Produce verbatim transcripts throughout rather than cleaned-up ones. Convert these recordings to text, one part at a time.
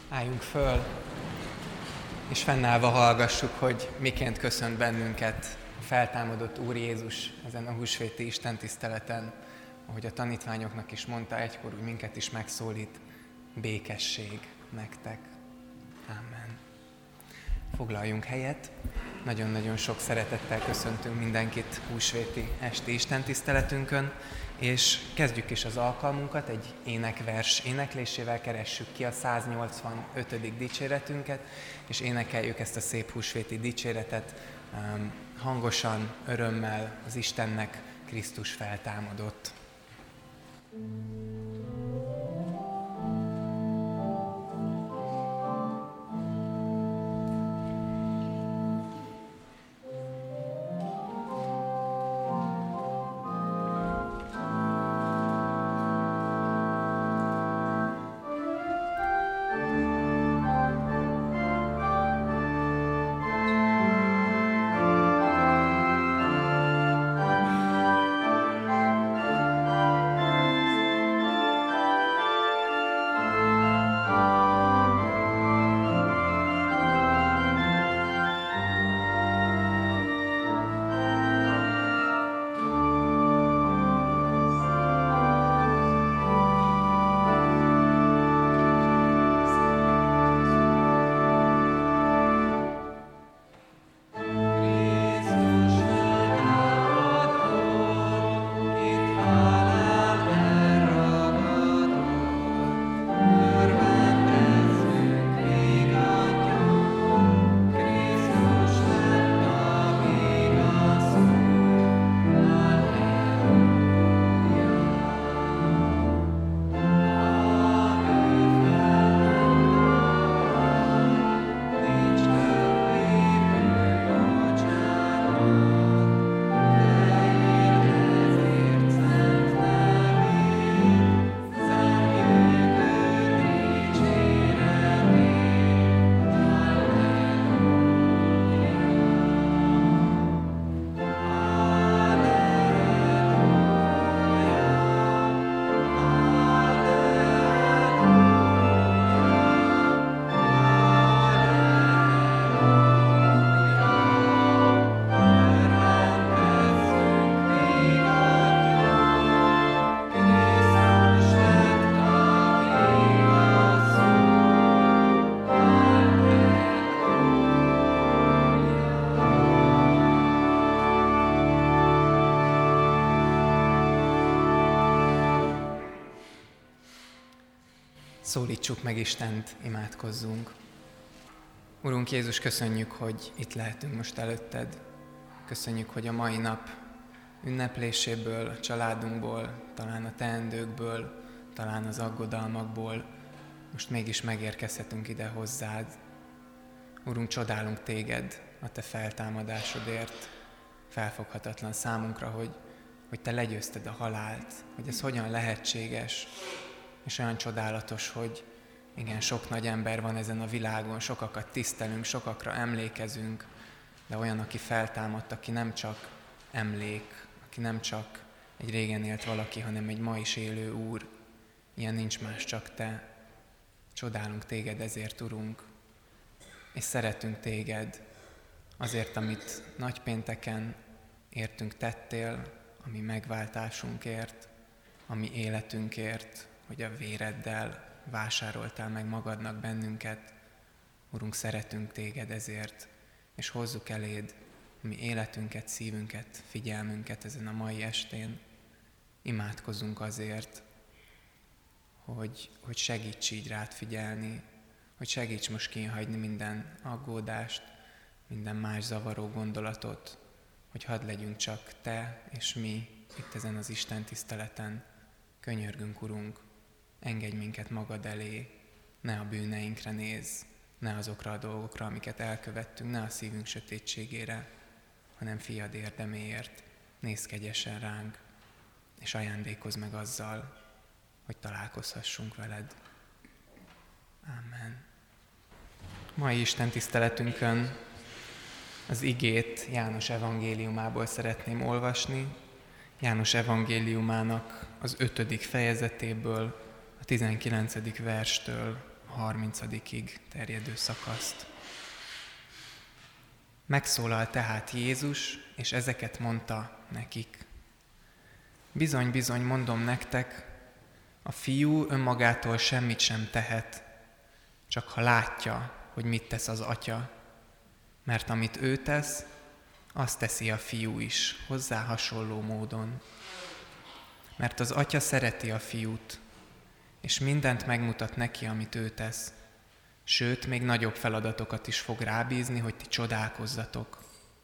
Álljunk föl, és fennállva hallgassuk, hogy miként köszönt bennünket a feltámadott Úr Jézus ezen a húsvéti istentiszteleten, ahogy a tanítványoknak is mondta egykor, úgy minket is megszólít, békesség nektek. Amen. Foglaljunk helyet. Nagyon-nagyon sok szeretettel köszöntünk mindenkit húsvéti esti istentiszteletünkön, és kezdjük is az alkalmunkat, egy énekvers éneklésével keressük ki a száznyolcvanötödik dicséretünket, és énekeljük ezt a szép húsvéti dicséretet um, hangosan, örömmel az Istennek Krisztus feltámadott. Szólítsuk meg Istent, imádkozzunk. Urunk Jézus, köszönjük, hogy itt lehetünk most előtted. Köszönjük, hogy a mai nap ünnepléséből, a családunkból, talán a teendőkből, talán az aggodalmakból most mégis megérkezhetünk ide hozzád. Urunk, csodálunk téged a te feltámadásodért. Felfoghatatlan számunkra, hogy, hogy te legyőzted a halált, hogy ez hogyan lehetséges, és olyan csodálatos, hogy igen, sok nagy ember van ezen a világon, sokakat tisztelünk, sokakra emlékezünk, de olyan, aki feltámadt, aki nem csak emlék, aki nem csak egy régen élt valaki, hanem egy ma is élő Úr. Ilyen nincs más, csak te. Csodálunk téged ezért, Urunk, és szeretünk téged azért, amit nagypénteken értünk tettél, ami megváltásunkért, ami életünkért, hogy a véreddel vásároltál meg magadnak bennünket. Urunk, szeretünk téged ezért, és hozzuk eléd mi életünket, szívünket, figyelmünket ezen a mai estén. Imádkozzunk azért, hogy, hogy segíts így rád figyelni, hogy segíts most kínhagyni minden aggódást, minden más zavaró gondolatot, hogy hadd legyünk csak te és mi itt ezen az Isten tiszteleten. Könyörgünk, Urunk, engedj minket magad elé, ne a bűneinkre nézz, ne azokra a dolgokra, amiket elkövettünk, ne a szívünk sötétségére, hanem fiad érdeméért nézz kegyesen ránk, és ajándékozz meg azzal, hogy találkozhassunk veled. Amen. Mai Isten tiszteletünkön az igét János evangéliumából szeretném olvasni, János evangéliumának az ötödik fejezetéből, a tizenkilencedik verstől a harmincadikig terjedő szakaszt. Megszólal tehát Jézus, és ezeket mondta nekik. Bizony, bizony, mondom nektek, a fiú önmagától semmit sem tehet, csak ha látja, hogy mit tesz az atya. Mert amit ő tesz, azt teszi a fiú is, hozzá hasonló módon. Mert az atya szereti a fiút, és mindent megmutat neki, amit ő tesz. Sőt, még nagyobb feladatokat is fog rábízni, hogy ti csodálkozzatok.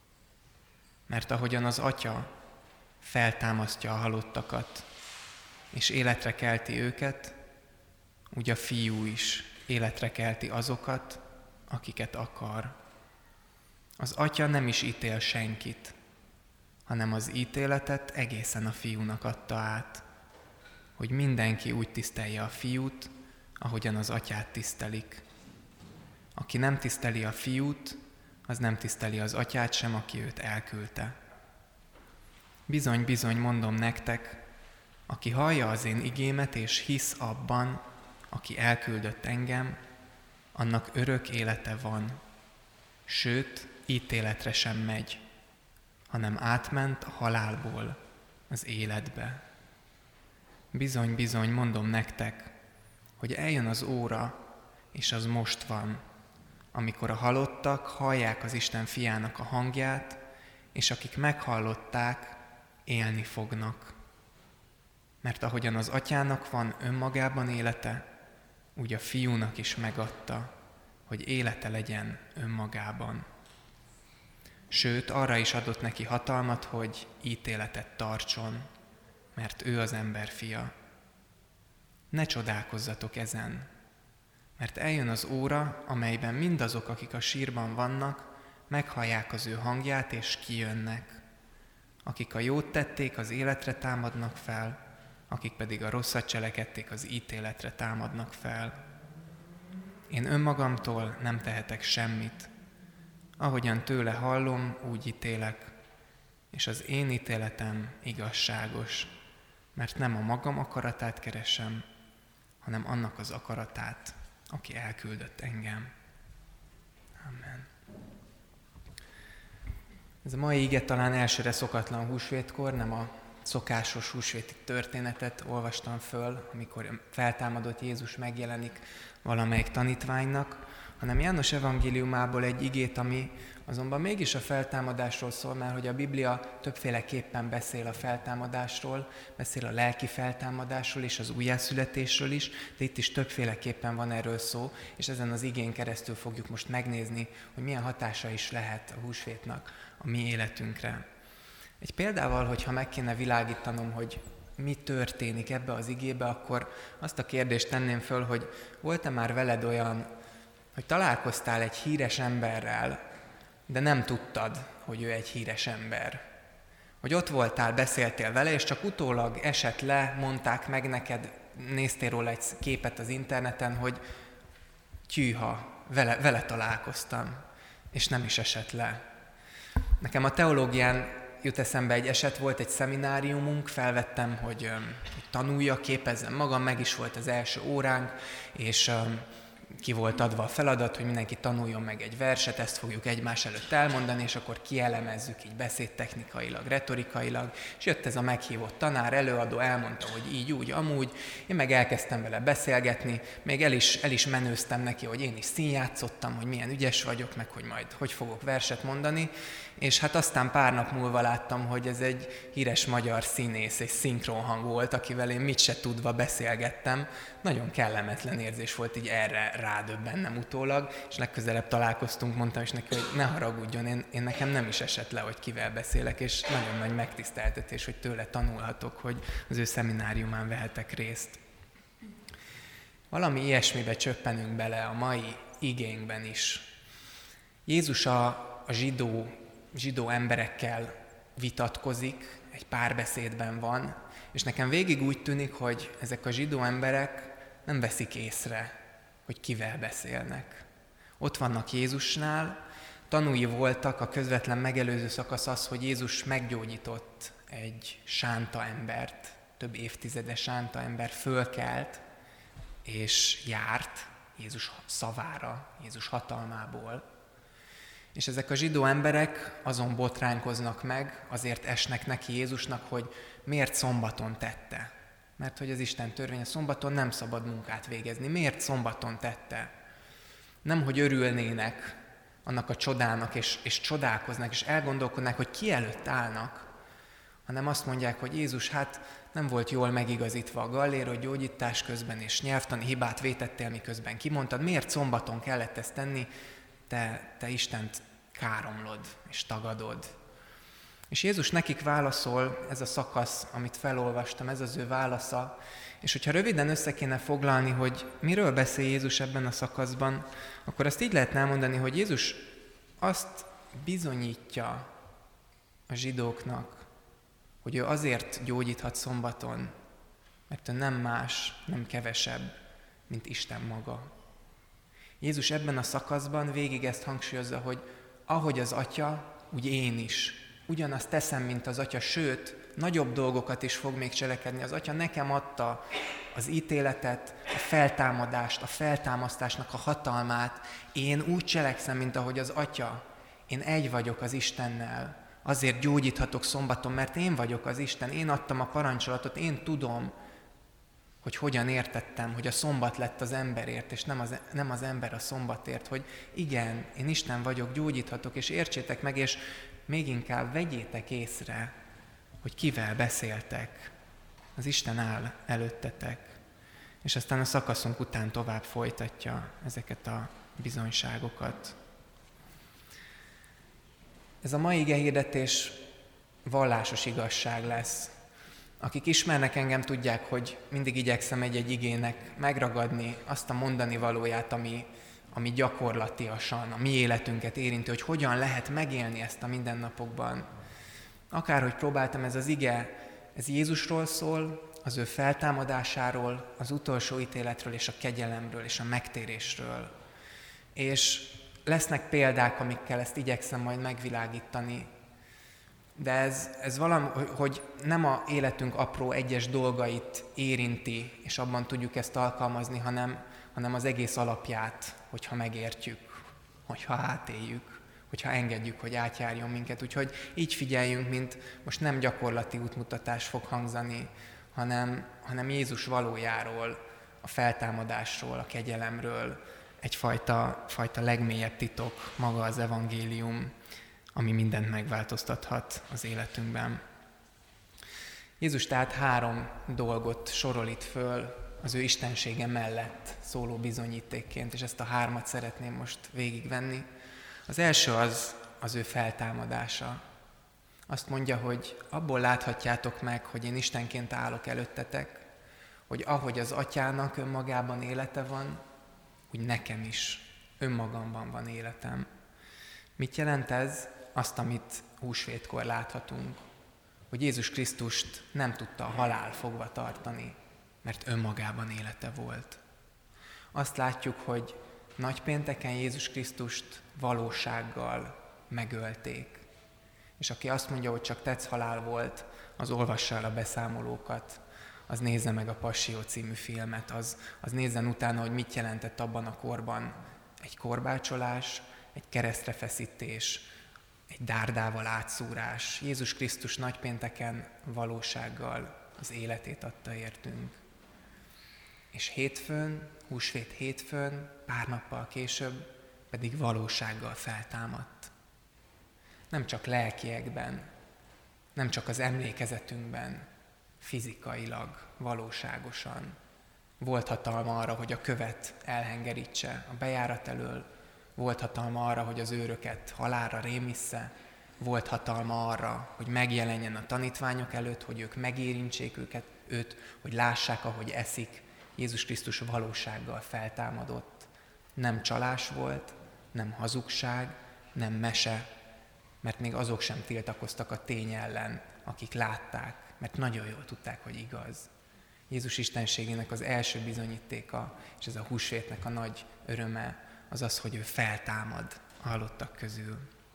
Mert ahogyan az atya feltámasztja a halottakat, és életre kelti őket, úgy a fiú is életre kelti azokat, akiket akar. Az atya nem is ítél senkit, hanem az ítéletet egészen a fiúnak adta át, hogy mindenki úgy tisztelje a fiút, ahogyan az atyát tisztelik. Aki nem tiszteli a fiút, az nem tiszteli az atyát sem, aki őt elküldte. Bizony, bizony, mondom nektek, aki hallja az én igémet és hisz abban, aki elküldött engem, annak örök élete van, sőt, ítéletre sem megy, hanem átment a halálból az életbe. Bizony, bizony, mondom nektek, hogy eljön az óra, és az most van, amikor a halottak hallják az Isten fiának a hangját, és akik meghallották, élni fognak. Mert ahogyan az atyának van önmagában élete, úgy a fiúnak is megadta, hogy élete legyen önmagában. Sőt, arra is adott neki hatalmat, hogy ítéletet tartson, mert ő az ember fia. Ne csodálkozzatok ezen, mert eljön az óra, amelyben mindazok, akik a sírban vannak, meghallják az ő hangját és kijönnek. Akik a jót tették, az életre támadnak fel, akik pedig a rosszat cselekedték, az ítéletre támadnak fel. Én önmagamtól nem tehetek semmit. Ahogyan tőle hallom, úgy ítélek, és az én ítéletem igazságos, mert nem a magam akaratát keresem, hanem annak az akaratát, aki elküldött engem. Amen. Ez a mai ige talán elsőre szokatlan húsvétkor, nem a szokásos húsvéti történetet olvastam föl, amikor feltámadott Jézus megjelenik valamelyik tanítványnak, hanem János evangéliumából egy igét, ami azonban mégis a feltámadásról szól, mert hogy a Biblia többféleképpen beszél a feltámadásról, beszél a lelki feltámadásról és az újjászületésről is, de itt is többféleképpen van erről szó, és ezen az igén keresztül fogjuk most megnézni, hogy milyen hatása is lehet a húsvétnak a mi életünkre. Egy példával, hogyha meg kéne világítanom, hogy mi történik ebbe az igébe, akkor azt a kérdést tenném föl, hogy volt-e már veled olyan, hogy találkoztál egy híres emberrel, de nem tudtad, hogy ő egy híres ember. Hogy ott voltál, beszéltél vele, és csak utólag esett le, mondták meg neked, néztél róla egy képet az interneten, hogy tyűha, vele, vele találkoztam, és nem is esett le. Nekem a teológián jut eszembe egy eset, volt egy szemináriumunk, felvettem, hogy, hogy tanuljak, képezzem magam, meg is volt az első óránk, és ki volt adva a feladat, hogy mindenki tanuljon meg egy verset, ezt fogjuk egymás előtt elmondani, és akkor kielemezzük így beszédtechnikailag, retorikailag, és jött ez a meghívott tanár, előadó, elmondta, hogy így, úgy, amúgy, én meg elkezdtem vele beszélgetni, még el is, el is menőztem neki, hogy én is színjátszottam, hogy milyen ügyes vagyok, meg hogy majd hogy fogok verset mondani, és hát aztán pár nap múlva láttam, hogy ez egy híres magyar színész, egy szinkronhang volt, akivel én mit se tudva beszélgettem. Nagyon kellemetlen érzés volt így erre rádöbbennem utólag, és legközelebb találkoztunk, mondtam is neki, hogy ne haragudjon, én, én nekem nem is esett le, hogy kivel beszélek, és nagyon nagy megtiszteltetés, hogy tőle tanulhatok, hogy az ő szemináriumán vehetek részt. Valami ilyesmibe csöppenünk bele a mai igénkben is. Jézus a, a zsidó zsidó emberekkel vitatkozik, egy párbeszédben van, és nekem végig úgy tűnik, hogy ezek a zsidó emberek nem veszik észre, hogy kivel beszélnek. Ott vannak Jézusnál, tanúi voltak, a közvetlen megelőző szakasz az, hogy Jézus meggyógyított egy sánta embert, több évtizedes sánta ember fölkelt, és járt Jézus szavára, Jézus hatalmából. És ezek a zsidó emberek azon botránkoznak meg, azért esnek neki Jézusnak, hogy miért szombaton tette. Mert hogy az Isten törvénye szombaton nem szabad munkát végezni. Miért szombaton tette? Nem, hogy örülnének annak a csodának, és, és csodálkoznak, és elgondolkodnak, hogy ki előtt állnak, hanem azt mondják, hogy Jézus hát nem volt jól megigazítva a gallérod gyógyítás közben, és nyelvtani hibát vétettél, miközben kimondtad. Miért szombaton kellett ezt tenni? Te, te Istent káromlod és tagadod. És Jézus nekik válaszol, ez a szakasz, amit felolvastam, ez az ő válasza. És hogyha röviden össze kéne foglalni, hogy miről beszél Jézus ebben a szakaszban, akkor azt így lehetne elmondani, hogy Jézus azt bizonyítja a zsidóknak, hogy ő azért gyógyíthat szombaton, mert ő nem más, nem kevesebb, mint Isten maga. Jézus ebben a szakaszban végig ezt hangsúlyozza, hogy ahogy az Atya, úgy én is. Ugyanazt teszem, mint az Atya, sőt, nagyobb dolgokat is fog még cselekedni. Az Atya nekem adta az ítéletet, a feltámadást, a feltámasztásnak a hatalmát. Én úgy cselekszem, mint ahogy az Atya. Én egy vagyok az Istennel. Azért gyógyíthatok szombaton, mert én vagyok az Isten. Én adtam a parancsolatot, én tudom, hogy hogyan értettem, hogy a szombat lett az emberért, és nem az, nem az ember a szombatért, hogy igen, én Isten vagyok, gyógyíthatok, és értsétek meg, és még inkább vegyétek észre, hogy kivel beszéltek. Az Isten áll előttetek. És aztán a szakaszunk után tovább folytatja ezeket a bizonyságokat. Ez a mai igehirdetés vallásos igazság lesz. Akik ismernek engem, tudják, hogy mindig igyekszem egy-egy igének megragadni azt a mondani valóját, ami, ami gyakorlatiasan a mi életünket érinti, hogy hogyan lehet megélni ezt a mindennapokban. Akárhogy próbáltam, ez az ige, ez Jézusról szól, az ő feltámadásáról, az utolsó ítéletről és a kegyelemről és a megtérésről. És lesznek példák, amikkel ezt igyekszem majd megvilágítani, de ez, ez valami, hogy nem a életünk apró egyes dolgait érinti, és abban tudjuk ezt alkalmazni, hanem, hanem az egész alapját, hogyha megértjük, hogyha átéljük, hogyha engedjük, hogy átjárjon minket. Úgyhogy így figyeljünk, mint most nem gyakorlati útmutatás fog hangzani, hanem, hanem Jézus valójáról, a feltámadásról, a kegyelemről, egyfajta fajta legmélyebb titok, maga az evangélium, ami mindent megváltoztathat az életünkben. Jézus tehát három dolgot sorol itt föl az ő istensége mellett szóló bizonyítékként, és ezt a hármat szeretném most végigvenni. Az első az az ő feltámadása. Azt mondja, hogy abból láthatjátok meg, hogy én Istenként állok előttetek, hogy ahogy az Atyának önmagában élete van, úgy nekem is önmagamban van életem. Mit jelent ez? Azt, amit húsvétkor láthatunk, hogy Jézus Krisztust nem tudta a halál fogva tartani, mert önmagában élete volt. Azt látjuk, hogy nagypénteken Jézus Krisztust valósággal megölték. És aki azt mondja, hogy csak tetszhalál volt, az olvassa el a beszámolókat, az nézze meg a Passió című filmet, az, az nézzen utána, hogy mit jelentett abban a korban egy korbácsolás, egy keresztrefeszítés, egy dárdával átszúrás. Jézus Krisztus nagypénteken valósággal az életét adta értünk. És hétfőn, húsvét hétfőn, pár nappal később pedig valósággal feltámadt. Nem csak lelkiekben, nem csak az emlékezetünkben, fizikailag, valóságosan. Volt hatalma arra, hogy a követ elhengerítse a bejárat elől, volt hatalma arra, hogy az őröket halálra rémissze, volt hatalma arra, hogy megjelenjen a tanítványok előtt, hogy ők megérintsék őket, őt, hogy lássák, ahogy eszik. Jézus Krisztus valósággal feltámadott. Nem csalás volt, nem hazugság, nem mese, mert még azok sem tiltakoztak a tény ellen, akik látták, mert nagyon jól tudták, hogy igaz. Jézus istenségének az első bizonyítéka, és ez a húsvétnek a nagy öröme, az az, hogy ő feltámad a halottak közül.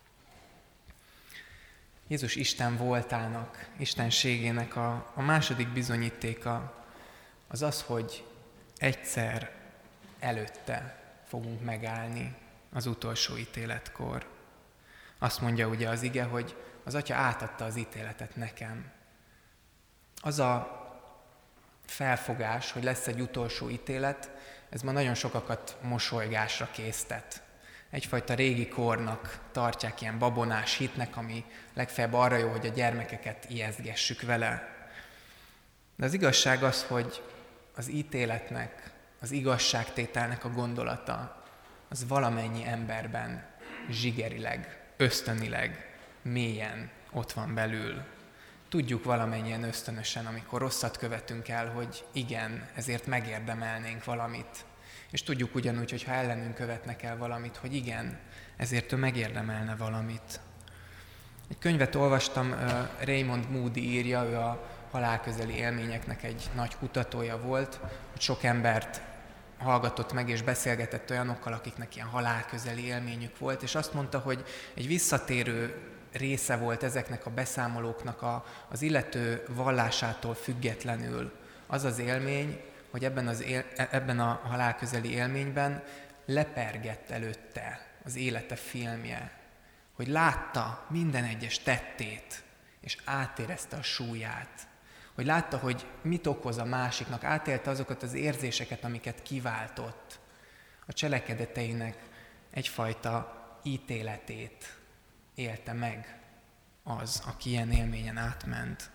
Jézus Isten voltának, istenségének a, a második bizonyítéka az az, hogy egyszer előtte fogunk megállni az utolsó ítéletkor. Azt mondja ugye az ige, hogy az Atya átadta az ítéletet nekem. Az a felfogás, hogy lesz egy utolsó ítélet, ez ma nagyon sokakat mosolygásra késztet. Egyfajta régi kornak tartják ilyen babonás hitnek, ami legfeljebb arra jó, hogy a gyermekeket ijesztgessük vele. De az igazság az, hogy az ítéletnek, az igazságtételnek a gondolata, az valamennyi emberben zsigerileg, ösztönileg, mélyen ott van belül. Tudjuk valamennyien ösztönösen, amikor rosszat követünk el, hogy igen, ezért megérdemelnénk valamit. És tudjuk ugyanúgy, hogy ha ellenünk követnek el valamit, hogy igen, ezért ő megérdemelne valamit. Egy könyvet olvastam, Raymond Moody írja, ő a halálközeli élményeknek egy nagy kutatója volt, hogy sok embert hallgatott meg és beszélgetett olyanokkal, akiknek ilyen halálközeli élményük volt, és azt mondta, hogy egy visszatérő része volt ezeknek a beszámolóknak a, az illető vallásától függetlenül az az élmény, hogy ebben, az él, ebben a halálközeli élményben lepergett előtte az élete filmje, hogy látta minden egyes tettét, és átérezte a súlyát, hogy látta, hogy mit okoz a másiknak, átélte azokat az érzéseket, amiket kiváltott, a cselekedeteinek egyfajta ítéletét élte meg az, aki ilyen élményen átment.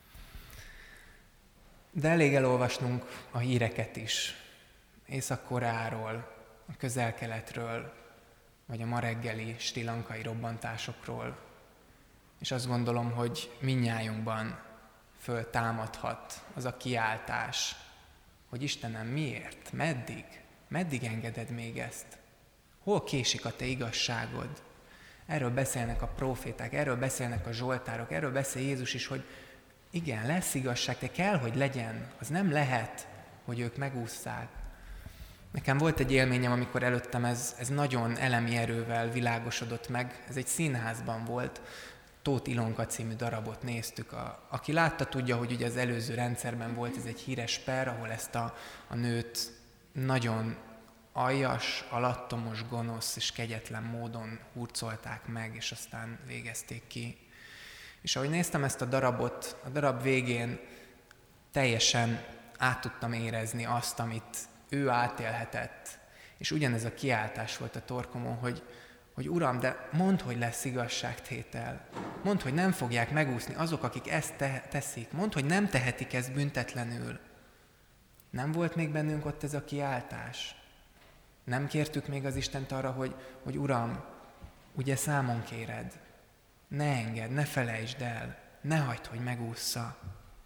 De elég elolvasnunk a híreket is, Észak-Koreáról, a Közel-Keletről, vagy a ma reggeli srí lankai robbantásokról. És azt gondolom, hogy mindnyájunkban föltámadhat az a kiáltás, hogy Istenem, miért? Meddig? Meddig engeded még ezt? Hol késik a te igazságod? Erről beszélnek a próféták, erről beszélnek a zsoltárok, erről beszél Jézus is, hogy igen, lesz igazság, de kell, hogy legyen. Az nem lehet, hogy ők megússzák. Nekem volt egy élményem, amikor előttem ez, ez nagyon elemi erővel világosodott meg. Ez egy színházban volt. Tóth Ilonka című darabot néztük. A, aki látta, tudja, hogy ugye az előző rendszerben volt ez egy híres per, ahol ezt a, a nőt nagyon aljas, alattomos, gonosz és kegyetlen módon hurcolták meg, és aztán végezték ki. És ahogy néztem ezt a darabot, a darab végén teljesen át tudtam érezni azt, amit ő átélhetett. És ugyanez a kiáltás volt a torkomon, hogy, hogy Uram, de mondd, hogy lesz igazságtétel. Mondd, hogy nem fogják megúszni azok, akik ezt te- teszik. Mondd, hogy nem tehetik ezt büntetlenül. Nem volt még bennünk ott ez a kiáltás? Nem kértük még az Istent arra, hogy, hogy Uram, ugye számon kéred? Ne engedd, ne felejtsd el, ne hagyd, hogy megússza.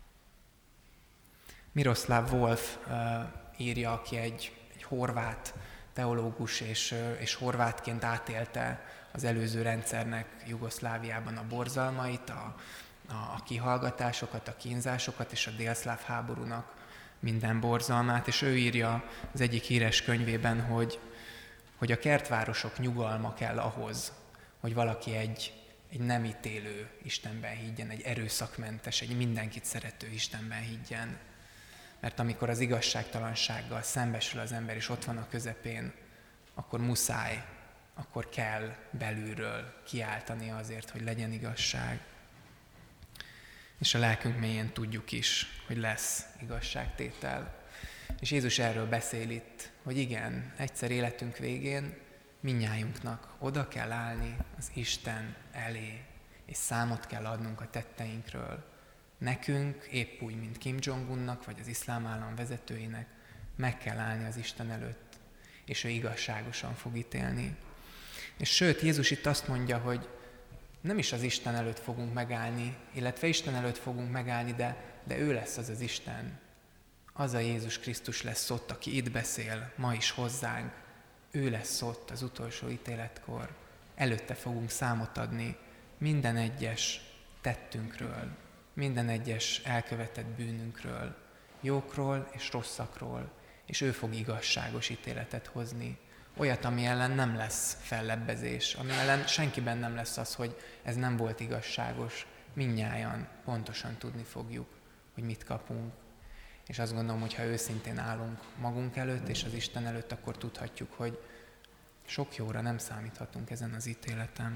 Miroslav Wolf uh, írja, aki egy, egy horvát teológus, és, uh, és horvátként átélte az előző rendszernek Jugoszláviában a borzalmait, a, a, a kihallgatásokat, a kínzásokat és a délszláv háborúnak minden borzalmát, és ő írja az egyik híres könyvében, hogy, hogy a kertvárosok nyugalma kell ahhoz, hogy valaki egy egy nem ítélő Istenben higgyen, egy erőszakmentes, egy mindenkit szerető Istenben higgyen. Mert amikor az igazságtalansággal szembesül az ember, és ott van a közepén, akkor muszáj, akkor kell belülről kiáltani azért, hogy legyen igazság. És a lelkünk mélyén tudjuk is, hogy lesz igazságtétel. És Jézus erről beszél itt, hogy igen, egyszer életünk végén mindnyájunknak oda kell állni az Isten elé, és számot kell adnunk a tetteinkről. Nekünk, épp úgy, mint Kim Jong-unnak, vagy az iszlám állam vezetőinek, meg kell állni az Isten előtt, és ő igazságosan fog ítélni. És sőt, Jézus itt azt mondja, hogy nem is az Isten előtt fogunk megállni, illetve Isten előtt fogunk megállni, de, de ő lesz az az Isten. Az a Jézus Krisztus lesz ott, aki itt beszél ma is hozzánk. Ő lesz ott az utolsó ítéletkor. Előtte fogunk számot adni minden egyes tettünkről, minden egyes elkövetett bűnünkről, jókról és rosszakról, és ő fog igazságos ítéletet hozni. Olyat, ami ellen nem lesz fellebbezés, ami ellen senkiben nem lesz az, hogy ez nem volt igazságos. Mindnyájan pontosan tudni fogjuk, hogy mit kapunk. És azt gondolom, hogy ha őszintén állunk magunk előtt és az Isten előtt, akkor tudhatjuk, hogy sok jóra nem számíthatunk ezen az ítéleten.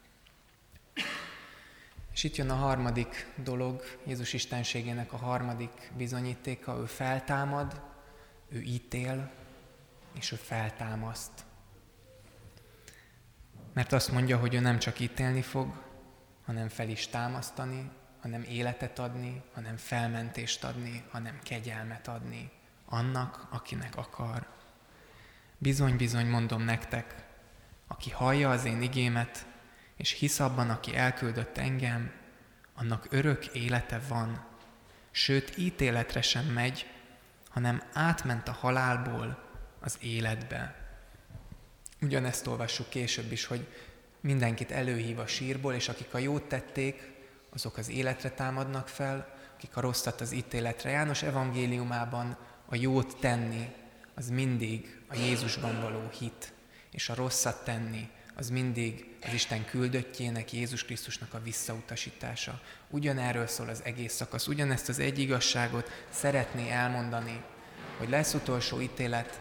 És itt jön a harmadik dolog, Jézus istenségének a harmadik bizonyítéka, ő feltámad, ő ítél, és ő feltámaszt. Mert azt mondja, hogy ő nem csak ítélni fog, hanem fel is támasztani, hanem életet adni, hanem felmentést adni, hanem kegyelmet adni annak, akinek akar. Bizony-bizony mondom nektek, aki hallja az én igémet, és hisz abban, aki elküldött engem, annak örök élete van, sőt ítéletre sem megy, hanem átment a halálból az életbe. Ugyanezt olvassuk később is, hogy mindenkit előhív a sírból, és akik a jót tették, azok az életre támadnak fel, akik a rosszat az ítéletre. János evangéliumában a jót tenni, az mindig a Jézusban való hit, és a rosszat tenni, az mindig az Isten küldöttjének, Jézus Krisztusnak a visszautasítása. Ugyanerről szól az egész szakasz, ugyanezt az egy igazságot szeretné elmondani, hogy lesz utolsó ítélet,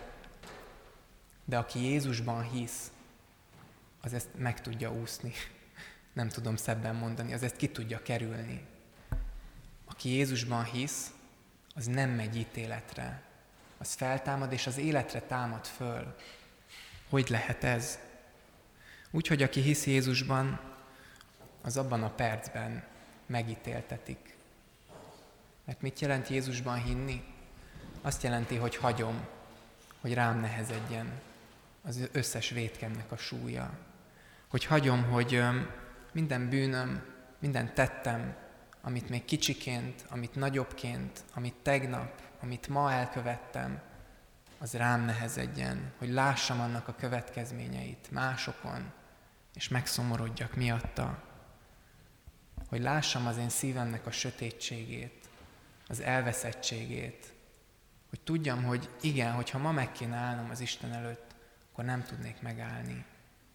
de aki Jézusban hisz, az ezt meg tudja úszni. Nem tudom szebben mondani, az ezt ki tudja kerülni. Aki Jézusban hisz, az nem megy ítéletre. Az feltámad, és az életre támad föl. Hogy lehet ez? Úgy, hogy aki hisz Jézusban, az abban a percben megítéltetik. Mert mit jelent Jézusban hinni? Azt jelenti, hogy hagyom, hogy rám nehezedjen az összes vétkemnek a súlya. Hogy hagyom, hogy minden bűnöm, minden tettem, amit még kicsiként, amit nagyobbként, amit tegnap, amit ma elkövettem, az rám nehezedjen, hogy lássam annak a következményeit másokon, és megszomorodjak miatta. Hogy lássam az én szívemnek a sötétségét, az elveszettségét, hogy tudjam, hogy igen, hogyha ma meg kéne állnom az Isten előtt, akkor nem tudnék megállni.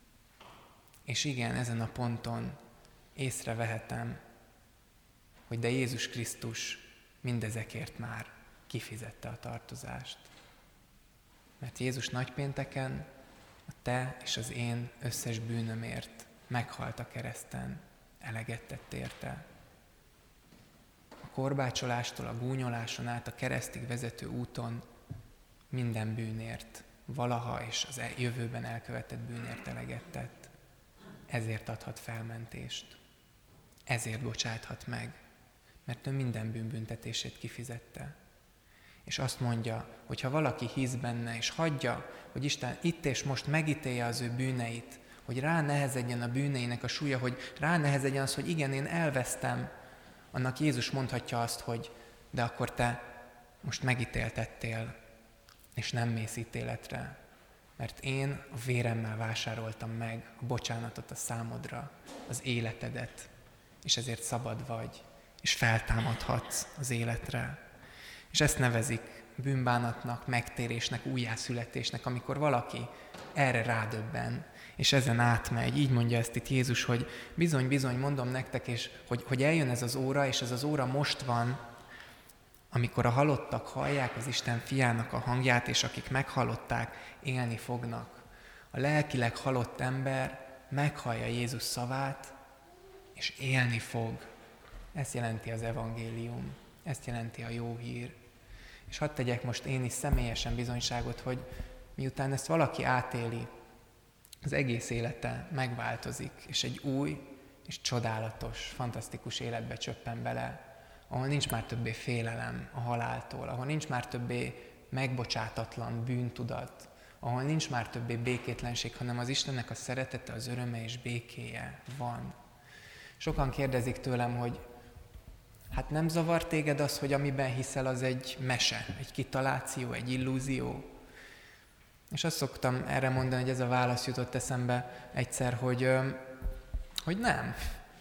És igen, ezen a ponton észrevehetem, hogy de Jézus Krisztus mindezekért már kifizette a tartozást. Mert Jézus nagypénteken a te és az én összes bűnömért meghalt a kereszten, eleget tett érte. A korbácsolástól a gúnyoláson át a keresztig vezető úton minden bűnért, valaha és az jövőben elkövetett bűnért eleget tett. Ezért adhat felmentést. Ezért bocsáthat meg, mert ő minden bűn büntetését kifizette. És azt mondja, hogy ha valaki hisz benne, és hagyja, hogy Isten itt és most megítélje az ő bűneit, hogy rá nehezedjen a bűneinek a súlya, hogy rá nehezedjen az, hogy igen, én elvesztem, annak Jézus mondhatja azt, hogy de akkor te most megítéltettél, és nem mész ítéletre, mert én a véremmel vásároltam meg a bocsánatot a számodra, az életedet, és ezért szabad vagy, és feltámadhatsz az életre. És ezt nevezik bűnbánatnak, megtérésnek, újjászületésnek, amikor valaki erre rádöbben, és ezen átmegy. Így mondja ezt itt Jézus, hogy bizony-bizony mondom nektek, és hogy, hogy eljön ez az óra, és ez az óra most van, amikor a halottak hallják az Isten fiának a hangját, és akik meghallották, élni fognak. A lelkileg halott ember meghallja Jézus szavát, és élni fog. Ezt jelenti az evangélium, ezt jelenti a jó hír. És hadd tegyek most én is személyesen bizonyságot, hogy miután ezt valaki átéli, az egész élete megváltozik, és egy új és csodálatos, fantasztikus életbe csöppen bele, ahol nincs már többé félelem a haláltól, ahol nincs már többé megbocsátatlan bűntudat, ahol nincs már többé békétlenség, hanem az Istennek a szeretete, az öröme és békéje van. Sokan kérdezik tőlem, hogy hát nem zavar téged az, hogy amiben hiszel, az egy mese, egy kitaláció, egy illúzió? És azt szoktam erre mondani, hogy ez a válasz jutott eszembe egyszer, hogy, hogy nem.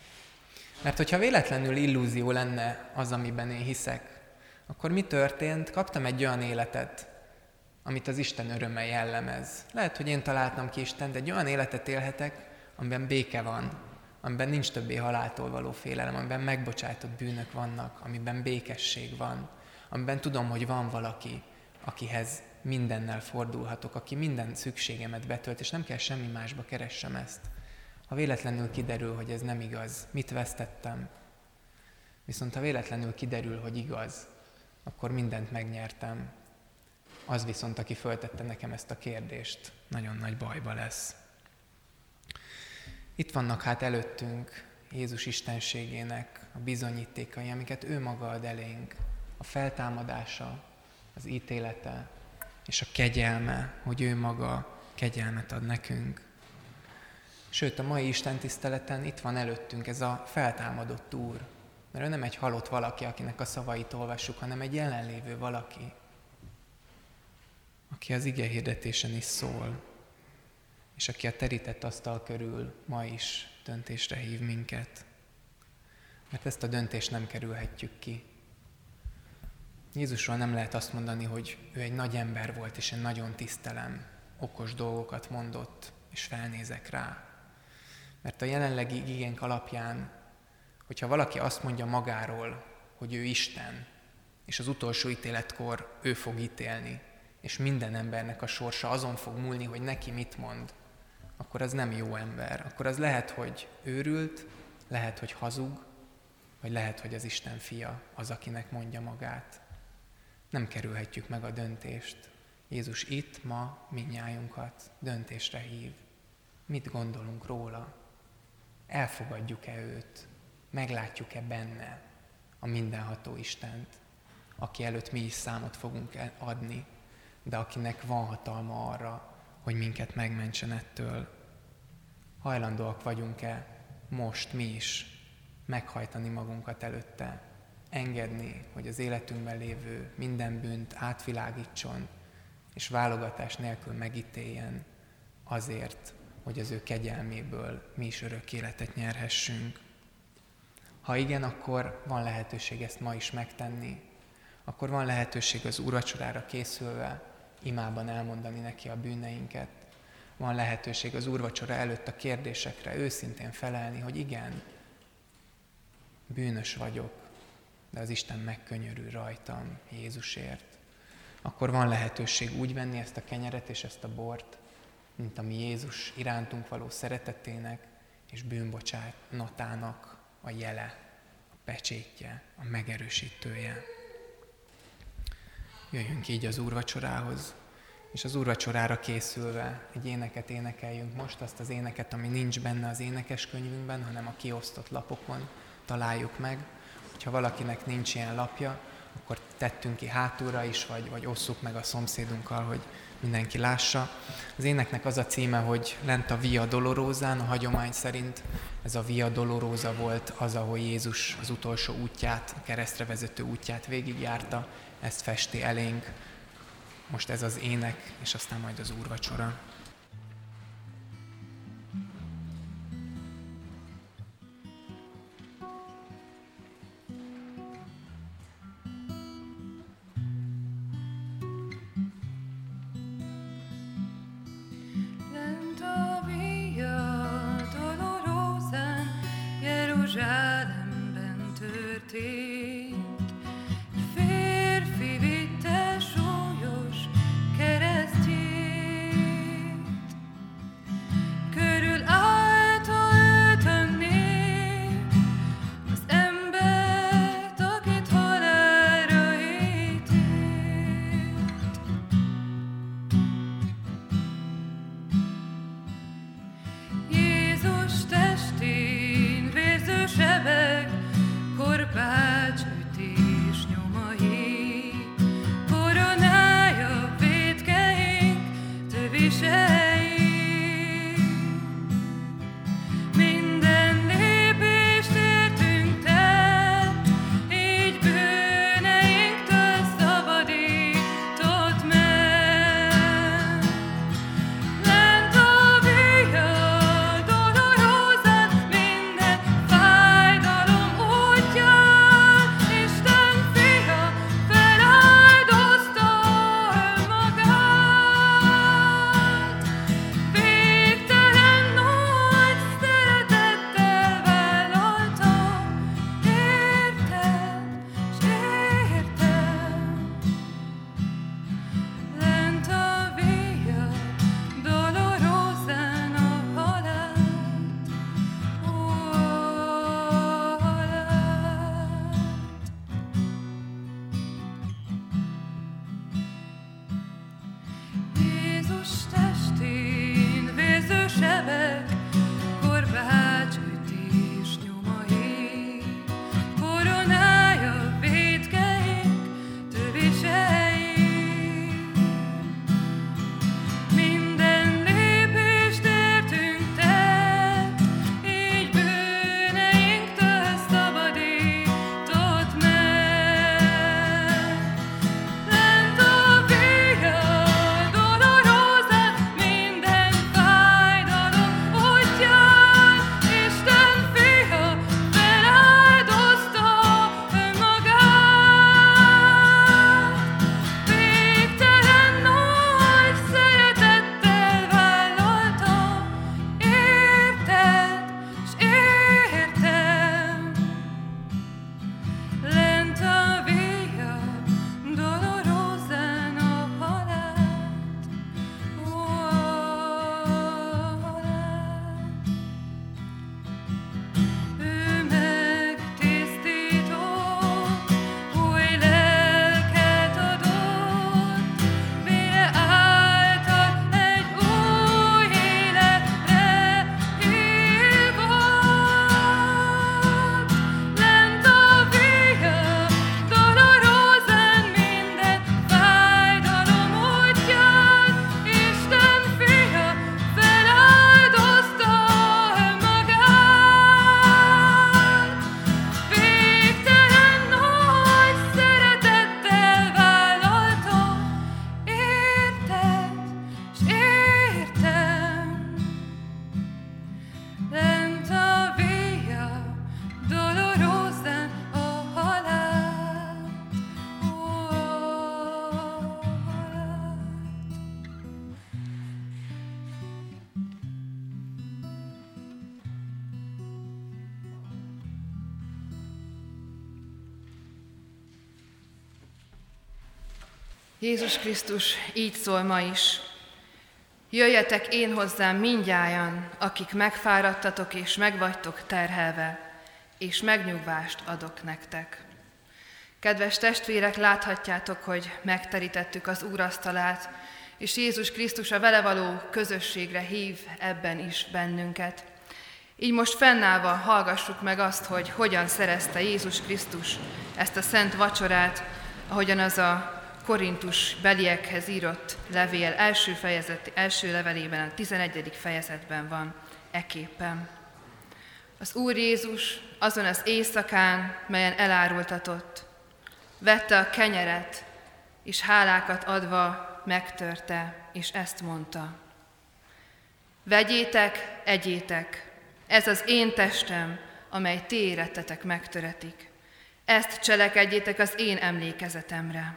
Mert hogyha véletlenül illúzió lenne az, amiben én hiszek, akkor mi történt? Kaptam egy olyan életet, amit az Isten öröme jellemez. Lehet, hogy én találtam ki Istent, de egy olyan életet élhetek, amiben béke van, amiben nincs többé haláltól való félelem, amiben megbocsátott bűnök vannak, amiben békesség van, amiben tudom, hogy van valaki, akihez mindennel fordulhatok, aki minden szükségemet betölt, és nem kell semmi másba keressem ezt. Ha véletlenül kiderül, hogy ez nem igaz, mit vesztettem? Viszont ha véletlenül kiderül, hogy igaz, akkor mindent megnyertem. Az viszont, aki föltette nekem ezt a kérdést, nagyon nagy bajba lesz. Itt vannak hát előttünk Jézus istenségének a bizonyítékai, amiket ő maga ad elénk. A feltámadása, az ítélete és a kegyelme, hogy ő maga kegyelmet ad nekünk. Sőt, a mai istentiszteleten itt van előttünk ez a feltámadott Úr. Mert ő nem egy halott valaki, akinek a szavait olvassuk, hanem egy jelenlévő valaki, aki az ige hirdetésen is szól, és aki a terített asztal körül ma is döntésre hív minket. Mert ezt a döntést nem kerülhetjük ki. Jézusról nem lehet azt mondani, hogy ő egy nagy ember volt, és én nagyon tisztelem, okos dolgokat mondott, és felnézek rá. Mert a jelenlegi igénk alapján, hogyha valaki azt mondja magáról, hogy ő Isten, és az utolsó ítéletkor ő fog ítélni, és minden embernek a sorsa azon fog múlni, hogy neki mit mond, akkor az nem jó ember. Akkor az lehet, hogy őrült, lehet, hogy hazug, vagy lehet, hogy az Isten fia az, akinek mondja magát. Nem kerülhetjük meg a döntést. Jézus itt, ma mindnyájunkat döntésre hív. Mit gondolunk róla? Elfogadjuk-e őt? Meglátjuk-e benne a mindenható Istent, aki előtt mi is számot fogunk adni, de akinek van hatalma arra, hogy minket megmentsen ettől? Hajlandóak vagyunk-e most mi is meghajtani magunkat előtte, engedni, hogy az életünkben lévő minden bűnt átvilágítson, és válogatás nélkül megítéljen azért, hogy az ő kegyelméből mi is örök életet nyerhessünk. Ha igen, akkor van lehetőség ezt ma is megtenni, akkor van lehetőség az úrvacsorára készülve imában elmondani neki a bűneinket. Van lehetőség az úrvacsora előtt a kérdésekre őszintén felelni, hogy igen, bűnös vagyok, de az Isten megkönyörül rajtam Jézusért. Akkor van lehetőség úgy venni ezt a kenyeret és ezt a bort, mint ami Jézus irántunk való szeretetének és bűnbocsánatának a jele, a pecsétje, a megerősítője. Jöjjünk így az úrvacsorához, és az úrvacsorára készülve egy éneket énekeljünk most, azt az éneket, ami nincs benne az énekeskönyvünkben, hanem a kiosztott lapokon találjuk meg. Ha valakinek nincs ilyen lapja, akkor tettünk ki hátulra is, vagy, vagy osszuk meg a szomszédunkkal, hogy mindenki lássa. Az éneknek az a címe, hogy lent a Via Dolorosán, a hagyomány szerint ez a Via Dolorosa volt az, ahol Jézus az utolsó útját, a keresztre vezető útját végigjárta, ezt festi elénk. Most ez az ének, és aztán majd az úrvacsora. Jeruzsálemben történt, férfi vitte súlyos keresztjét. Jézus Krisztus így szól ma is. Jöjjetek én hozzám mindnyájan, akik megfáradtatok és megvagytok terhelve, és megnyugvást adok nektek. Kedves testvérek, láthatjátok, hogy megterítettük az Úr asztalát, és Jézus Krisztus a vele való közösségre hív ebben is bennünket. Így most fennállva hallgassuk meg azt, hogy hogyan szerezte Jézus Krisztus ezt a szent vacsorát, ahogyan az a Korintus beliekhez írott levél első, fejezet, első levelében, a tizenegyedik fejezetben van eképpen. Az Úr Jézus azon az éjszakán, melyen elárultatott, vette a kenyeret, és hálákat adva megtörte, és ezt mondta: vegyétek, egyétek, ez az én testem, amely ti érettetek megtöretik. Ezt cselekedjétek az én emlékezetemre.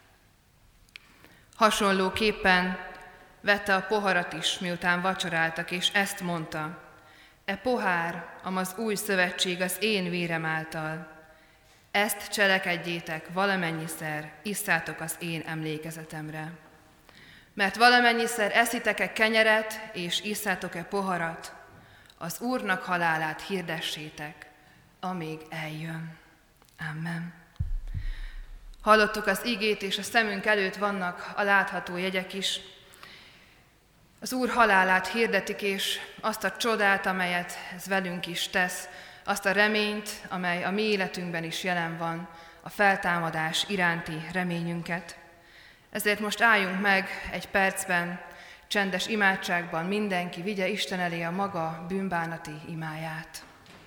Hasonlóképpen vette a poharat is, miután vacsoráltak, és ezt mondta: e pohár, amaz új szövetség az én vérem által. Ezt cselekedjétek valamennyiszer, isszátok az én emlékezetemre. Mert valamennyiszer eszitek-e kenyeret, és isszátok-e poharat, az Úrnak halálát hirdessétek, amíg eljön. Amen. Hallottuk az igét, és a szemünk előtt vannak a látható jegyek is. Az Úr halálát hirdetik, és azt a csodát, amelyet ez velünk is tesz, azt a reményt, amely a mi életünkben is jelen van, a feltámadás iránti reményünket. Ezért most álljunk meg egy percben, csendes imádságban, mindenki vigye Isten elé a maga bűnbánati imáját.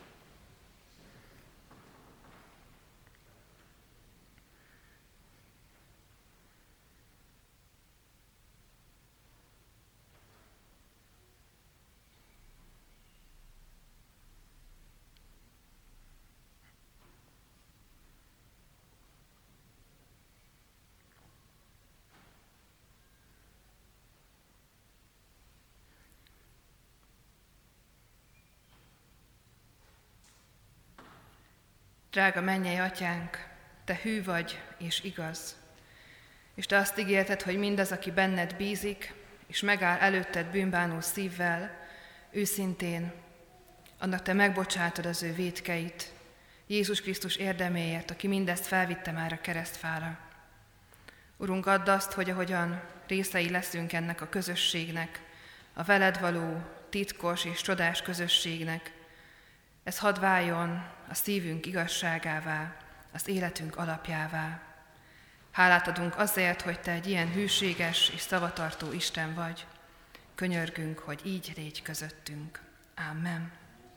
Drága mennyei Atyánk, Te hű vagy és igaz, és Te azt ígérted, hogy mindaz, aki benned bízik, és megáll előtted bűnbánó szívvel, őszintén, annak Te megbocsátod az ő vétkeit, Jézus Krisztus érdeméért, aki mindezt felvitte már a keresztfára. Urunk, add azt, hogy ahogyan részei leszünk ennek a közösségnek, a veled való titkos és csodás közösségnek, ez hadd váljon a szívünk igazságává, az életünk alapjává. Hálát adunk azért, hogy Te egy ilyen hűséges és szavatartó Isten vagy. Könyörgünk, hogy így légy közöttünk. Amen.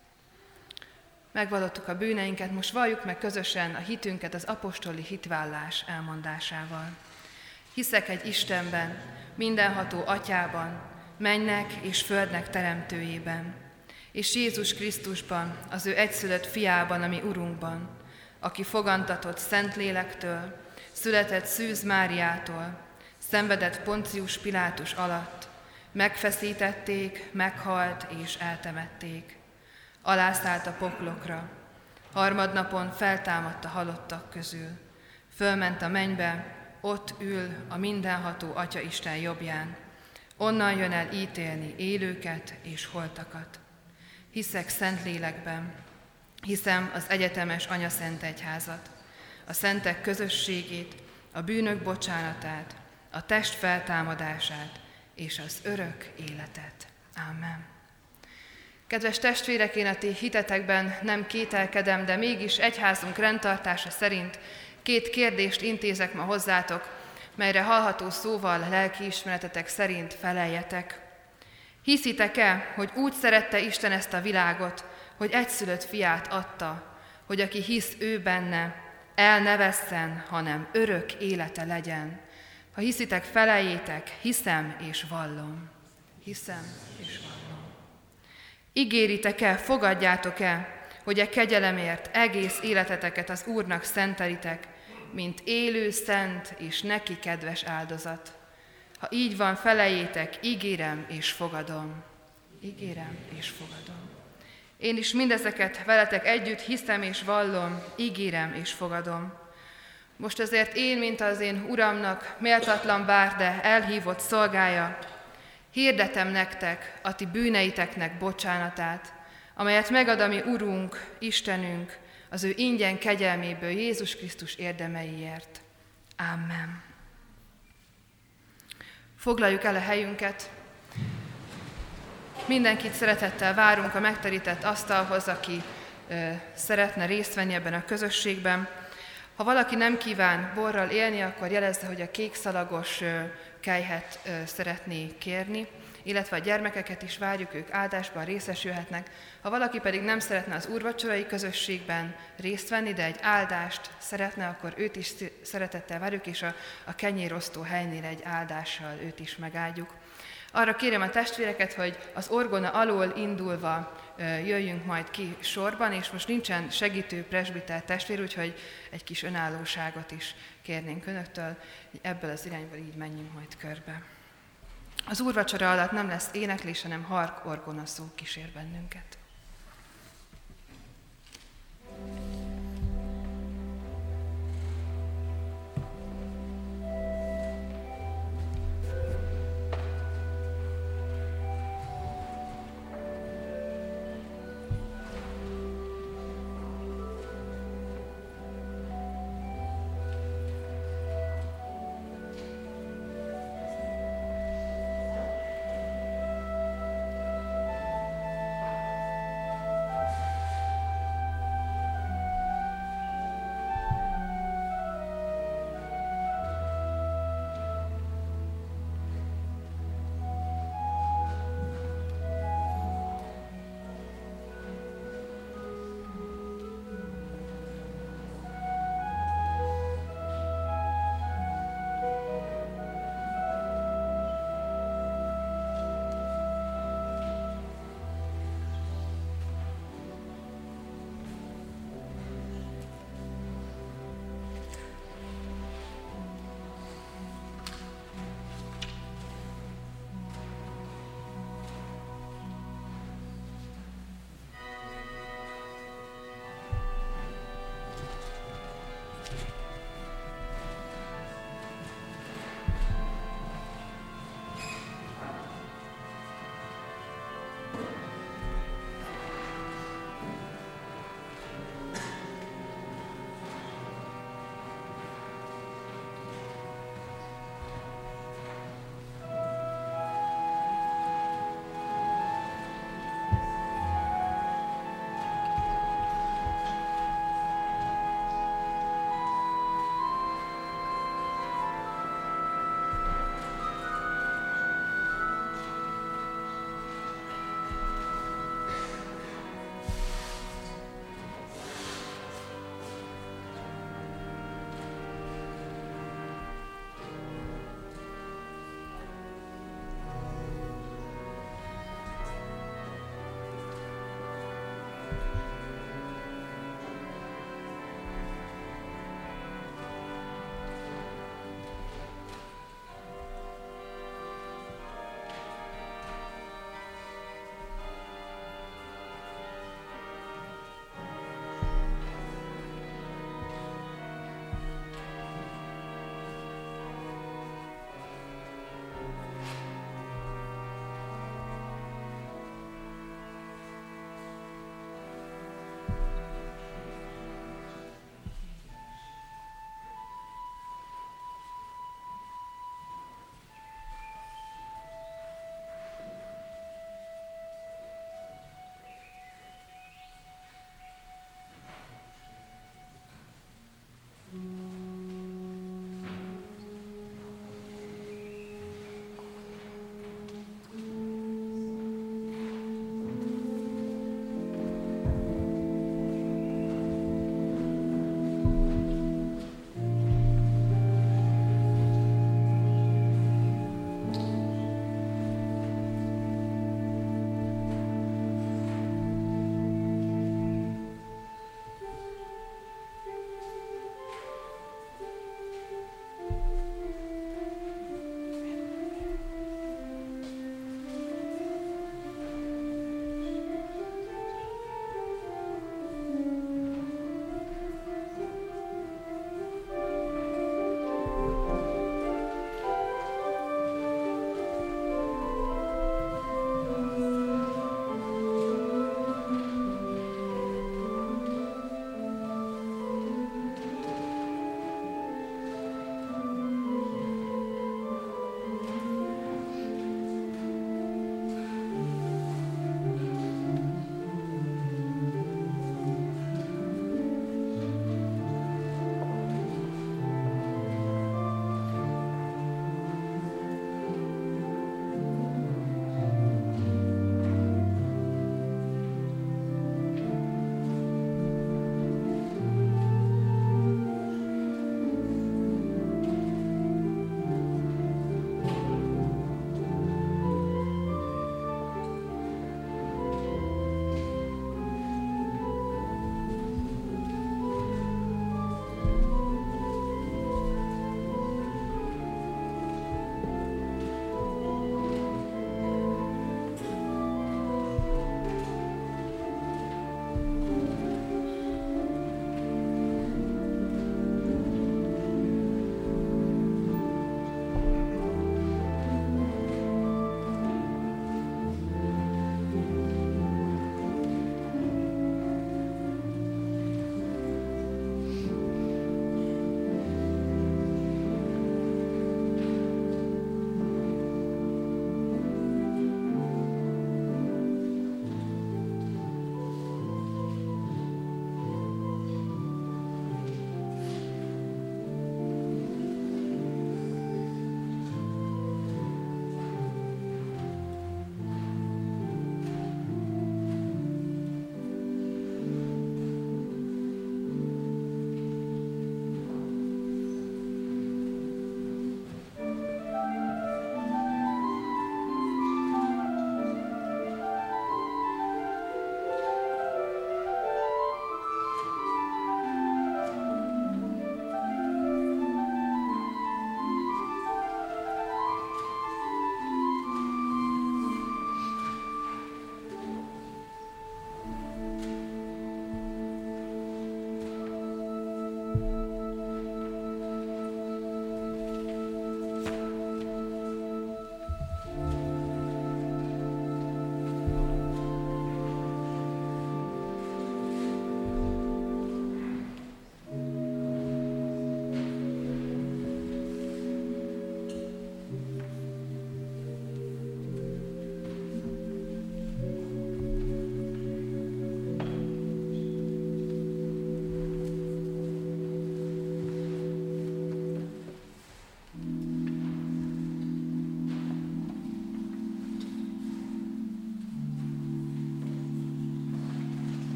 Megvallottuk a bűneinket, most valljuk meg közösen a hitünket az apostoli hitvállás elmondásával. Hiszek egy Istenben, mindenható Atyában, mennek és földnek teremtőjében, és Jézus Krisztusban, az ő egyszülött fiában, ami Urunkban, aki fogantatott Szentlélektől, született Szűz Máriától, szenvedett Poncius Pilátus alatt, megfeszítették, meghalt és eltemették. Alászállt a poklokra, harmadnapon feltámadt a halottak közül, fölment a mennybe, ott ül a mindenható Atya Isten jobbján, onnan jön el ítélni élőket és holtakat. Hiszek Szentlélekben, hiszem az egyetemes Anyaszent Egyházat, a szentek közösségét, a bűnök bocsánatát, a test feltámadását és az örök életet. Amen. Kedves testvérek, én a ti hitetekben nem kételkedem, de mégis egyházunk rendtartása szerint két kérdést intézek ma hozzátok, melyre hallható szóval lelkiismeretetek szerint feleljetek. Hiszitek-e, hogy úgy szerette Isten ezt a világot, hogy egyszülött fiát adta, hogy aki hisz ő benne, el ne vesszen, hanem örök élete legyen? Ha hiszitek, feleljétek, hiszem és vallom. Hiszem és vallom. Ígéritek-e, fogadjátok-e, hogy e kegyelemért egész életeteket az Úrnak szentelitek, mint élő, szent és neki kedves áldozat? Ha így van, feleljétek, ígérem és fogadom. Ígérem és fogadom. Én is mindezeket veletek együtt hiszem és vallom, ígérem és fogadom, Most ezért én, mint az én Uramnak méltatlan bár, de elhívott szolgája, hirdetem nektek a ti bűneiteknek bocsánatát, amelyet megad a mi Urunk, Istenünk, az ő ingyen kegyelméből Jézus Krisztus érdemeiért. Amen. Foglaljuk el a helyünket. Mindenkit szeretettel várunk a megterített asztalhoz, aki ö, szeretne részt venni ebben a közösségben. Ha valaki nem kíván borral élni, akkor jelezze, hogy a kékszalagos ö, kelyhet ö, szeretné kérni, illetve a gyermekeket is várjuk, ők áldásban részesülhetnek. Ha valaki pedig nem szeretne az úrvacsorai közösségben részt venni, de egy áldást szeretne, akkor őt is szeretettel várjuk, és a, a kenyérosztó helynél egy áldással őt is megáldjuk. Arra kérem a testvéreket, hogy az orgona alól indulva jöjjünk majd ki sorban, és most nincsen segítő presbiter testvér, úgyhogy egy kis önállóságot is kérnénk önöktől, hogy ebből az irányból így menjünk majd körbe. Az úrvacsora alatt nem lesz éneklés, hanem hark orgona szó kísér bennünket.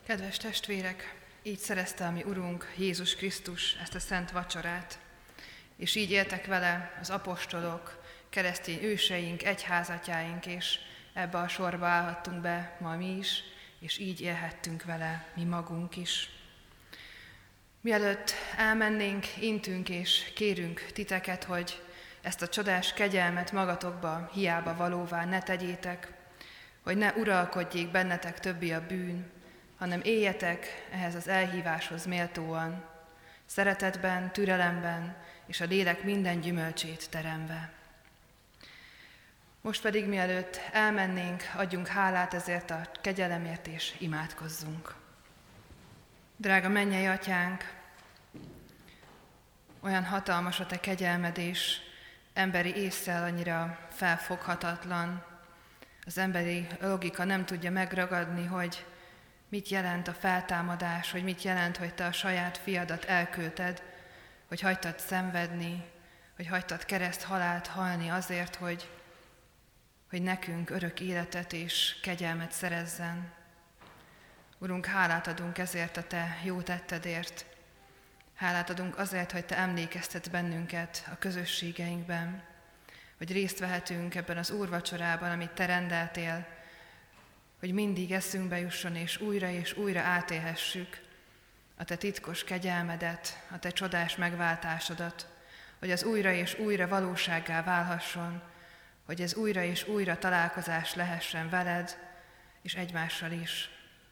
Kedves testvérek, így szerezte a mi Urunk Jézus Krisztus ezt a szent vacsorát, és így éltek vele az apostolok, keresztény őseink, egyházatjáink, és ebbe a sorba állhattunk be ma mi is, és így élhettünk vele mi magunk is. Mielőtt elmennénk, intünk és kérünk titeket, hogy ezt a csodás kegyelmet magatokba hiába valóvá ne tegyétek, hogy ne uralkodjék bennetek többi a bűn, hanem éljetek ehhez az elhíváshoz méltóan, szeretetben, türelemben és a lélek minden gyümölcsét teremve. Most pedig, mielőtt elmennénk, adjunk hálát ezért a kegyelemért és imádkozzunk. Drága mennyei Atyánk, olyan hatalmas a Te kegyelmed, és emberi ésszel annyira felfoghatatlan. Az emberi logika nem tudja megragadni, hogy mit jelent a feltámadás, hogy mit jelent, hogy Te a saját fiadat elküldted, hogy hagytad szenvedni, hogy hagytad kereszthalált halni azért, hogy, hogy nekünk örök életet és kegyelmet szerezzen. Urunk, hálát adunk ezért a Te jó tettedért. Hálát adunk azért, hogy Te emlékeztet bennünket a közösségeinkben, hogy részt vehetünk ebben az úrvacsorában, amit Te rendeltél, hogy mindig eszünkbe jusson, és újra és újra átélhessük a Te titkos kegyelmedet, a Te csodás megváltásodat, hogy az újra és újra valósággá válhasson, hogy ez újra és újra találkozás lehessen veled és egymással is.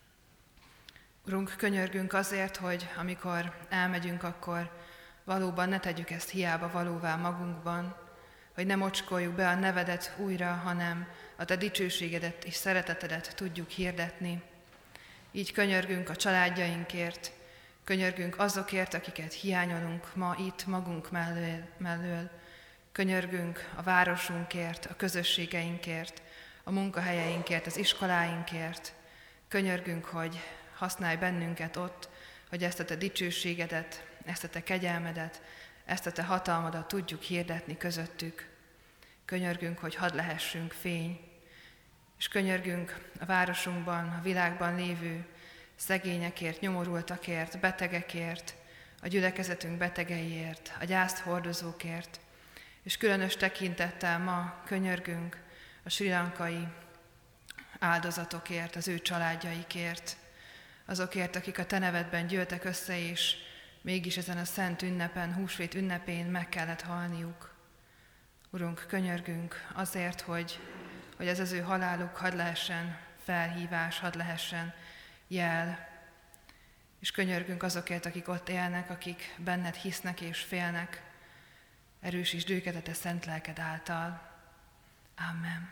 Urunk, könyörgünk azért, hogy amikor elmegyünk, akkor valóban ne tegyük ezt hiába valóvá magunkban, hogy ne mocskoljuk be a nevedet újra, hanem a Te dicsőségedet és szeretetedet tudjuk hirdetni. Így könyörgünk a családjainkért, könyörgünk azokért, akiket hiányolunk ma itt magunk mellől, mellől. Könyörgünk a városunkért, a közösségeinkért, a munkahelyeinkért, az iskoláinkért. Könyörgünk, hogy használj bennünket ott, hogy ezt a Te dicsőségedet, ezt a Te kegyelmedet, ezt a Te hatalmadat tudjuk hirdetni közöttük. Könyörgünk, hogy hadd lehessünk fény, és könyörgünk a városunkban, a világban lévő szegényekért, nyomorultakért, betegekért, a gyülekezetünk betegeiért, a gyászt hordozókért, és különös tekintettel ma könyörgünk a srí lankai áldozatokért, az ő családjaikért, azokért, akik a Te nevedben gyűltek össze, és mégis ezen a szent ünnepen, húsvét ünnepén meg kellett halniuk. Urunk, könyörgünk azért, hogy, hogy ez az ő haláluk hadd lehessen felhívás, hadd lehessen jel. És könyörgünk azokért, akik ott élnek, akik benned hisznek és félnek. Erősítsd őket a Te szent lelked által. Amen.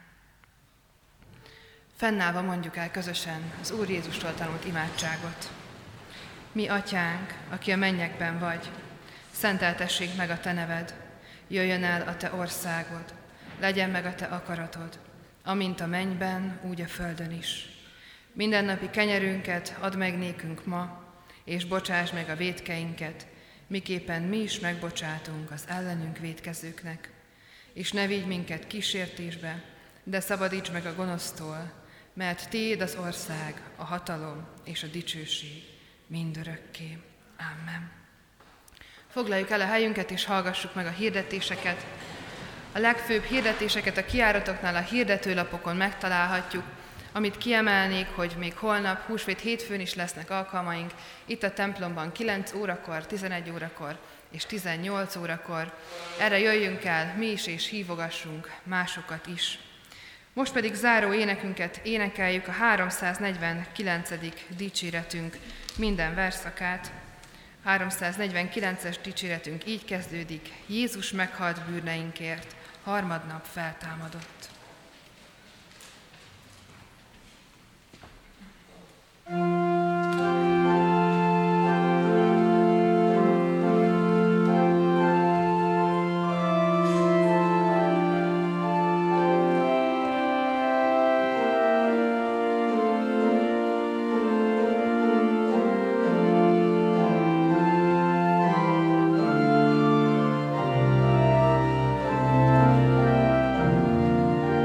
Fennállva mondjuk el közösen az Úr Jézustól tanult imádságot. Mi, Atyánk, aki a mennyekben vagy, szenteltessék meg a Te neved, jöjjön el a Te országod, legyen meg a Te akaratod, amint a mennyben, úgy a földön is. Mindennapi kenyerünket add meg nékünk ma, és bocsáss meg a vétkeinket, miképpen mi is megbocsátunk az ellenünk vétkezőknek. És ne vigy minket kísértésbe, de szabadíts meg a gonosztól, mert Tiéd az ország, a hatalom és a dicsőség mindörökké. Amen. Foglaljuk el a helyünket és hallgassuk meg a hirdetéseket. A legfőbb hirdetéseket a kijáratoknál a hirdetőlapokon megtalálhatjuk, amit kiemelnék, hogy még holnap, húsvét hétfőn is lesznek alkalmaink, itt a templomban kilenc órakor, tizenegy órakor és tizennyolc órakor. Erre jöjjünk el mi is, és hívogassunk másokat is. Most pedig záró énekünket énekeljük, a háromszáznegyvenkilencedik dicséretünk minden verszakát. háromszáznegyvenkilences dicséretünk így kezdődik: Jézus meghalt bűneinkért, harmadnap feltámadott. Thank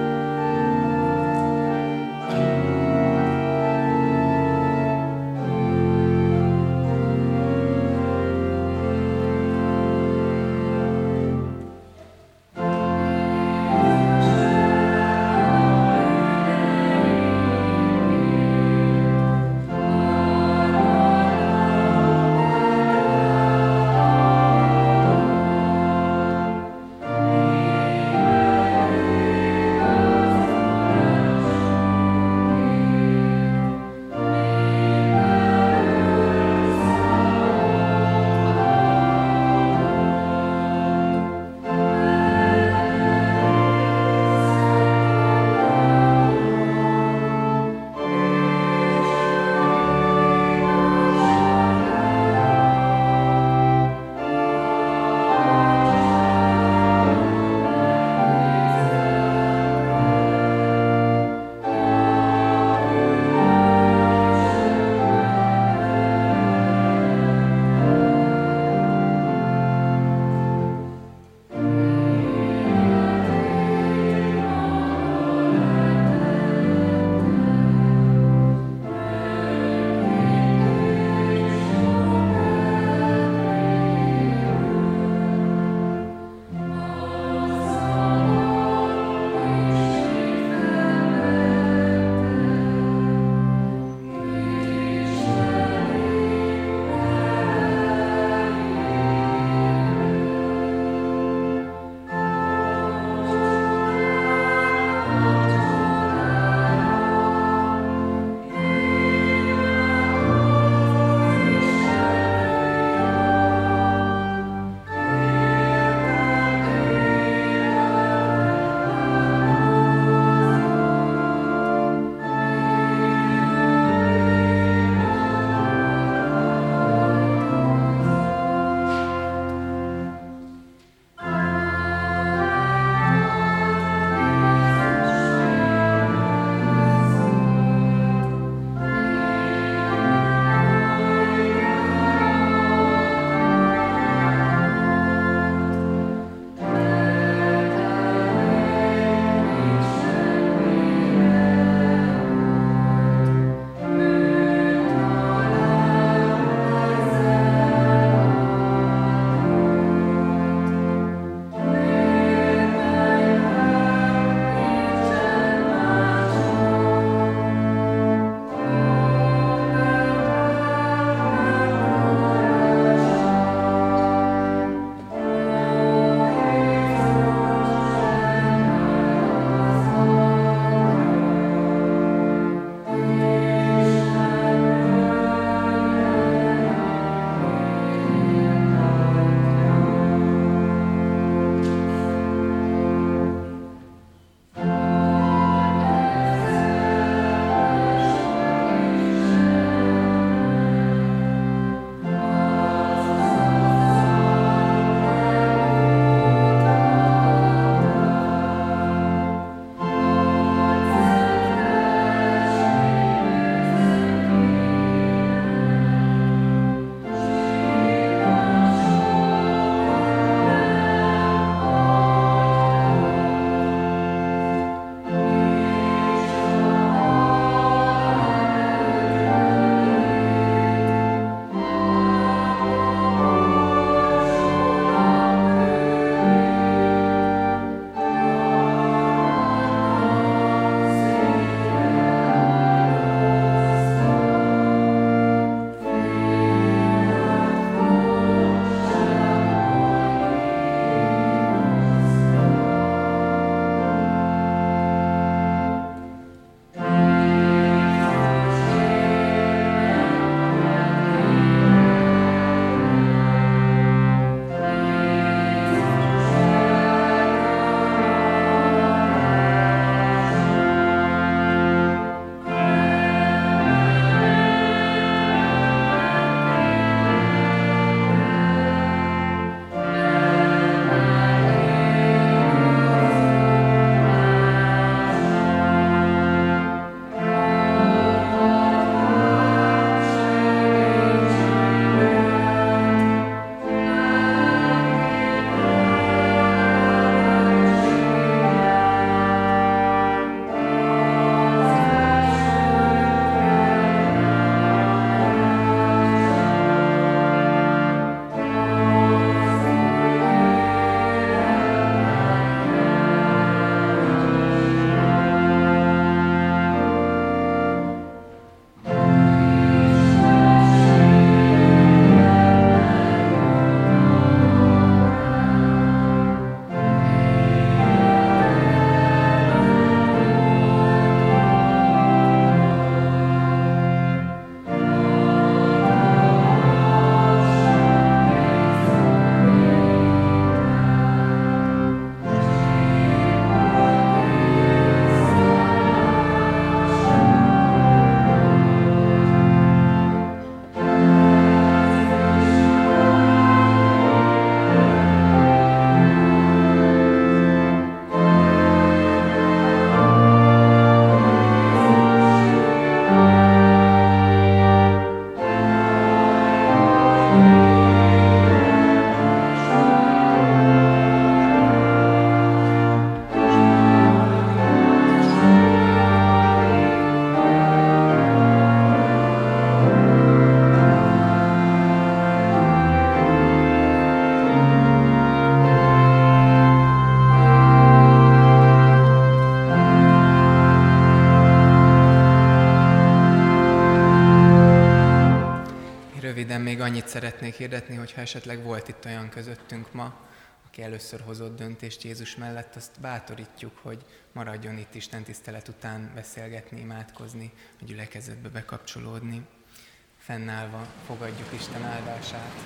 röviden még annyit szeretnék hirdetni, hogyha esetleg volt itt olyan közöttünk ma, aki először hozott döntést Jézus mellett, azt bátorítjuk, hogy maradjon itt Isten tisztelet után beszélgetni, imádkozni, a gyülekezetbe bekapcsolódni. Fennállva fogadjuk Isten áldását.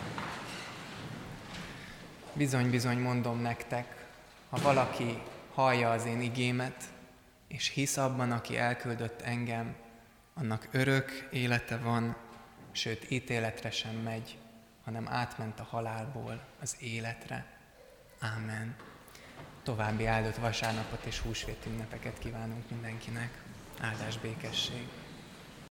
Bizony-bizony mondom nektek, ha valaki hallja az én igémet, és hisz abban, aki elküldött engem, annak örök élete van, sőt ítéletre sem megy, hanem átment a halálból az életre. Ámen. További áldott vasárnapot és húsvét ünnepeket kívánunk mindenkinek. Áldás, békesség!